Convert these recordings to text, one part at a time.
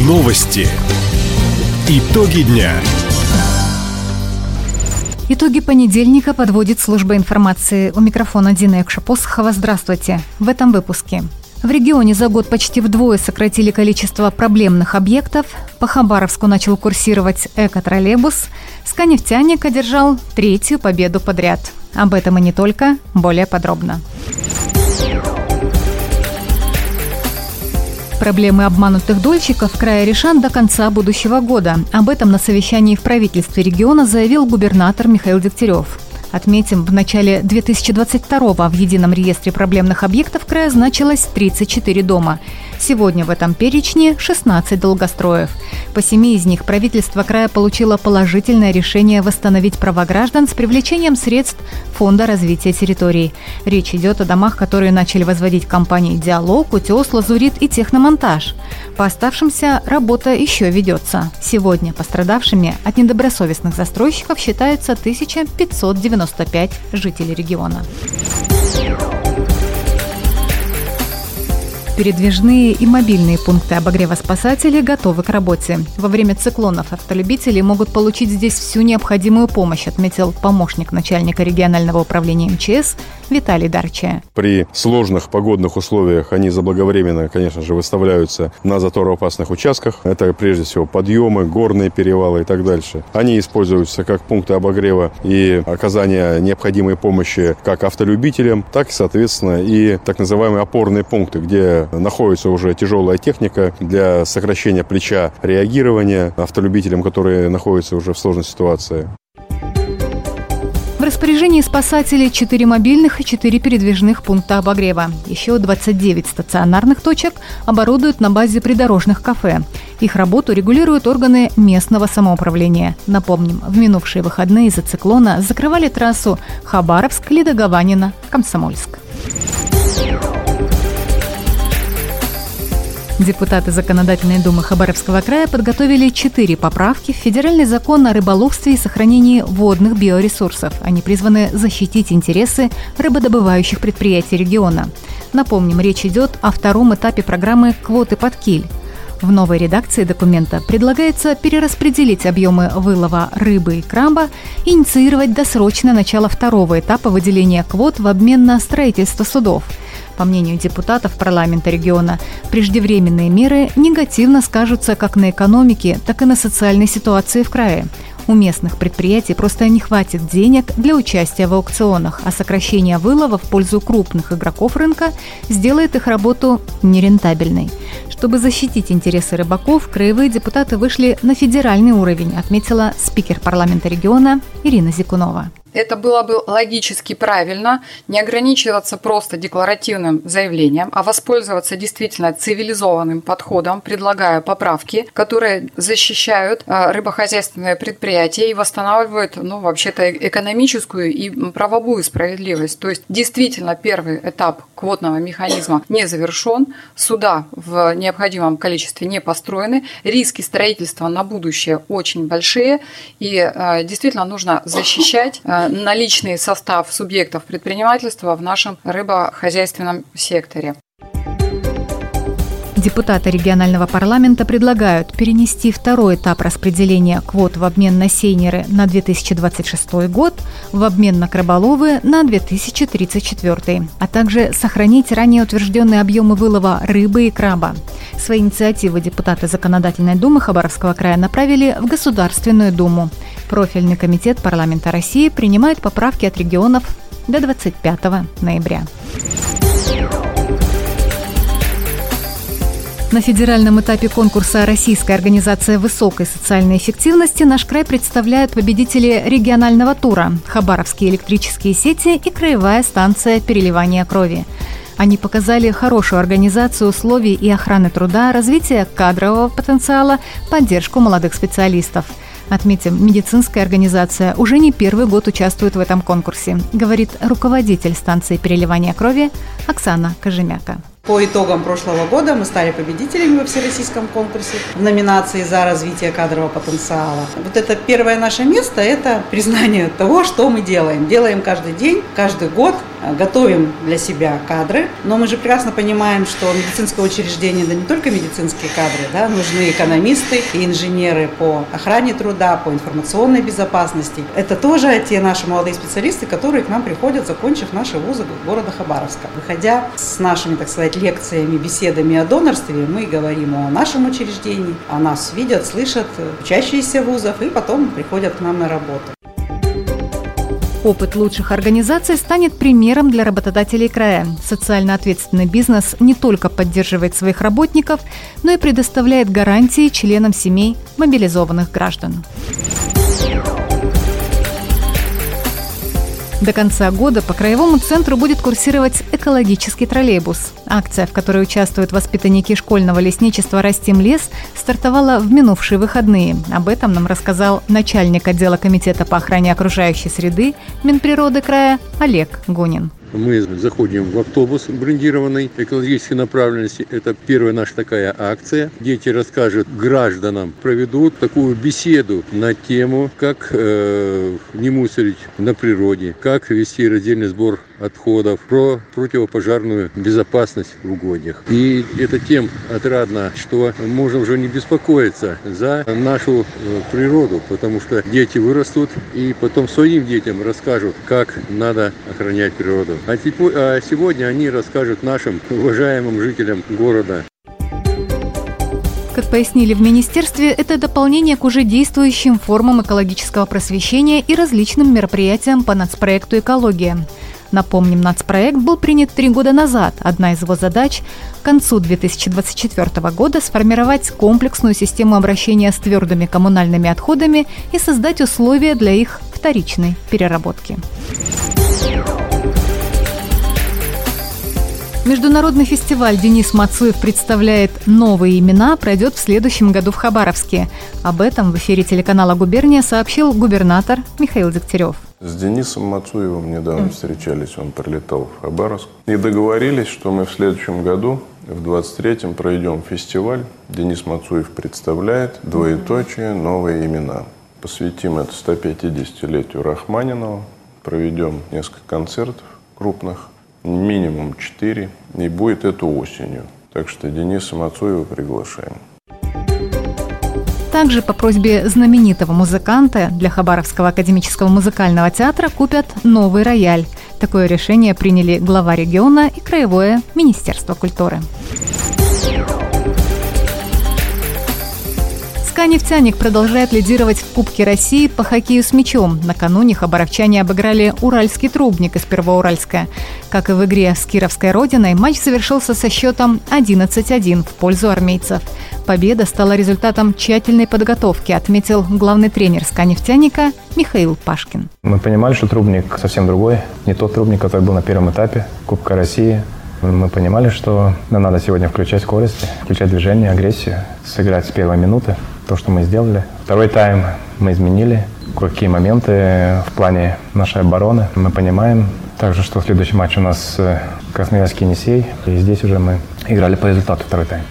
Новости. Итоги дня. Итоги понедельника подводит служба информации. У микрофона Дина Якшапосхова. Здравствуйте. В этом выпуске. В регионе за год почти вдвое сократили количество проблемных объектов. По Хабаровску начал курсировать эко-троллейбус. Сканефтяник одержал 3-ю победу подряд. Об этом и не только. Более подробно. Проблемы обманутых дольщиков в крае решат до конца будущего года. Об этом на совещании в правительстве региона заявил губернатор Михаил Дегтярев. Отметим, в начале 2022-го в едином реестре проблемных объектов края значилось 34 дома. Сегодня в этом перечне 16 долгостроев. По 7 из них правительство края получило положительное решение восстановить права граждан с привлечением средств Фонда развития территорий. Речь идет о домах, которые начали возводить компании «Диалог», «Утес», «Лазурит» и «Техномонтаж». По оставшимся работа еще ведется. Сегодня пострадавшими от недобросовестных застройщиков считаются 1595 жителей региона. Передвижные и мобильные пункты обогрева спасателей готовы к работе. Во время циклонов автолюбители могут получить здесь всю необходимую помощь, отметил помощник начальника регионального управления МЧС Виталий Дарча. При сложных погодных условиях они заблаговременно, конечно же, выставляются на затороопасных участках. Это прежде всего подъемы, горные перевалы и так дальше. Они используются как пункты обогрева и оказания необходимой помощи как автолюбителям, так и, соответственно, и так называемые опорные пункты, где находится уже тяжелая техника для сокращения плеча реагирования автолюбителям, которые находятся уже в сложной ситуации. В распоряжении спасателей 4 мобильных и 4 передвижных пункта обогрева. Еще 29 стационарных точек оборудуют на базе придорожных кафе. Их работу регулируют органы местного самоуправления. Напомним, в минувшие выходные из-за циклона закрывали трассу Хабаровск-Лидогованино-Комсомольск. Депутаты Законодательной думы Хабаровского края подготовили 4 поправки в федеральный закон о рыболовстве и сохранении водных биоресурсов. Они призваны защитить интересы рыбодобывающих предприятий региона. Напомним, речь идет о втором этапе программы «Квоты под киль». В новой редакции документа предлагается перераспределить объемы вылова рыбы и краба и инициировать досрочное начало второго этапа выделения квот в обмен на строительство судов. По мнению депутатов парламента региона, преждевременные меры негативно скажутся как на экономике, так и на социальной ситуации в крае. У местных предприятий просто не хватит денег для участия в аукционах, а сокращение вылова в пользу крупных игроков рынка сделает их работу нерентабельной. Чтобы защитить интересы рыбаков, краевые депутаты вышли на федеральный уровень, отметила спикер парламента региона Ирина Зикунова. Это было бы логически правильно, не ограничиваться просто декларативным заявлением, а воспользоваться действительно цивилизованным подходом, предлагая поправки, которые защищают рыбохозяйственные предприятия и восстанавливают, вообще-то, экономическую и правовую справедливость. То есть, действительно, первый этап квотного механизма не завершен, суда в необходимом количестве не построены, риски строительства на будущее очень большие, и действительно нужно защищать наличный состав субъектов предпринимательства в нашем рыбохозяйственном секторе. Депутаты регионального парламента предлагают перенести второй этап распределения квот в обмен на сейнеры на 2026 год, в обмен на краболовы на 2034, а также сохранить ранее утвержденные объемы вылова рыбы и краба. Свои инициативы депутаты Законодательной думы Хабаровского края направили в Государственную думу. Профильный комитет парламента России принимает поправки от регионов до 25 ноября. На федеральном этапе конкурса «Российская организация высокой социальной эффективности» наш край представляют победители регионального тура – Хабаровские электрические сети и краевая станция переливания крови. Они показали хорошую организацию условий и охраны труда, развитие кадрового потенциала, поддержку молодых специалистов. Отметим, медицинская организация уже не первый год участвует в этом конкурсе, говорит руководитель станции переливания крови Оксана Кожемяка. По итогам прошлого года мы стали победителями во всероссийском конкурсе в номинации «За развитие кадрового потенциала». Вот это первое наше место – это признание того, что мы делаем. Делаем каждый день, каждый год готовим для себя кадры, но мы же прекрасно понимаем, что медицинское учреждение, да не только медицинские кадры, да, нужны экономисты и инженеры по охране труда, по информационной безопасности. Это тоже те наши молодые специалисты, которые к нам приходят, закончив наши вузы города Хабаровска. Выходя с нашими, так сказать, лекциями, беседами о донорстве, мы говорим о нашем учреждении, о нас видят, слышат учащиеся вузов и потом приходят к нам на работу. Опыт лучших организаций станет примером для работодателей края. Социально ответственный бизнес не только поддерживает своих работников, но и предоставляет гарантии членам семей мобилизованных граждан. До конца года по краевому центру будет курсировать экологический троллейбус. Акция, в которой участвуют воспитанники школьного лесничества «Растим лес», стартовала в минувшие выходные. Об этом нам рассказал начальник отдела комитета по охране окружающей среды Минприроды края Олег Гунин. Мы заходим в автобус брендированной экологической направленности. Это первая наша такая акция. Дети расскажут гражданам, проведут такую беседу на тему, как не мусорить на природе, как вести раздельный сбор отходов, про противопожарную безопасность в угодьях. И это тем отрадно, что можно уже не беспокоиться за нашу природу, потому что дети вырастут и потом своим детям расскажут, как надо охранять природу. А сегодня они расскажут нашим уважаемым жителям города. Как пояснили в министерстве, это дополнение к уже действующим формам экологического просвещения и различным мероприятиям по нацпроекту «Экология». Напомним, нацпроект был принят 3 года назад. Одна из его задач – к концу 2024 года сформировать комплексную систему обращения с твердыми коммунальными отходами и создать условия для их вторичной переработки. Международный фестиваль «Денис Мацуев представляет новые имена» пройдет в следующем году в Хабаровске. Об этом в эфире телеканала «Губерния» сообщил губернатор Михаил Дегтярев. С Денисом Мацуевым недавно встречались, он прилетал в Хабаровск. И договорились, что мы в следующем году, в 23-м, пройдем фестиваль. Денис Мацуев представляет, двоеточие, новые имена. Посвятим это 150-летию Рахманинова, проведем несколько концертов крупных, минимум 4, и будет это осенью. Так что Дениса Мацуева приглашаем. Также по просьбе знаменитого музыканта для Хабаровского академического музыкального театра купят новый рояль. Такое решение приняли глава региона и краевое министерство культуры. СКА «Нефтяник» продолжает лидировать в Кубке России по хоккею с мячом. Накануне хабаровчане обыграли Уральский Трубник из Первоуральска. Как и в игре с Кировской Родиной, матч завершился со счетом 11-1 в пользу армейцев. Победа стала результатом тщательной подготовки, отметил главный тренер СКА «Нефтяника» Михаил Пашкин. Мы понимали, что Трубник совсем другой, не тот Трубник, который был на первом этапе Кубка России. Мы понимали, что нам надо сегодня включать скорость, включать движение, агрессию, сыграть с первой минуты. То, что мы сделали. Второй тайм мы изменили. Кое-какие моменты в плане нашей обороны мы понимаем. Также, что следующий матч у нас Красноярский Енисей. И здесь уже мы играли по результату второй тайм.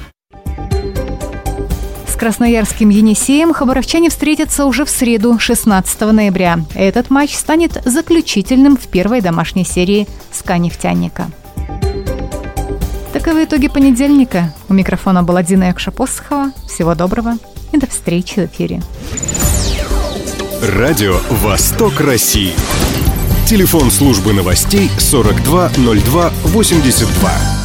С Красноярским Енисеем хабаровчане встретятся уже в среду, 16 ноября. Этот матч станет заключительным в первой домашней серии СКА «Нефтяника». Таковы итоги понедельника. У микрофона была Дина Якшапосхова. Всего доброго и до встречи в эфире. Радио «Восток России». Телефон службы новостей 420282.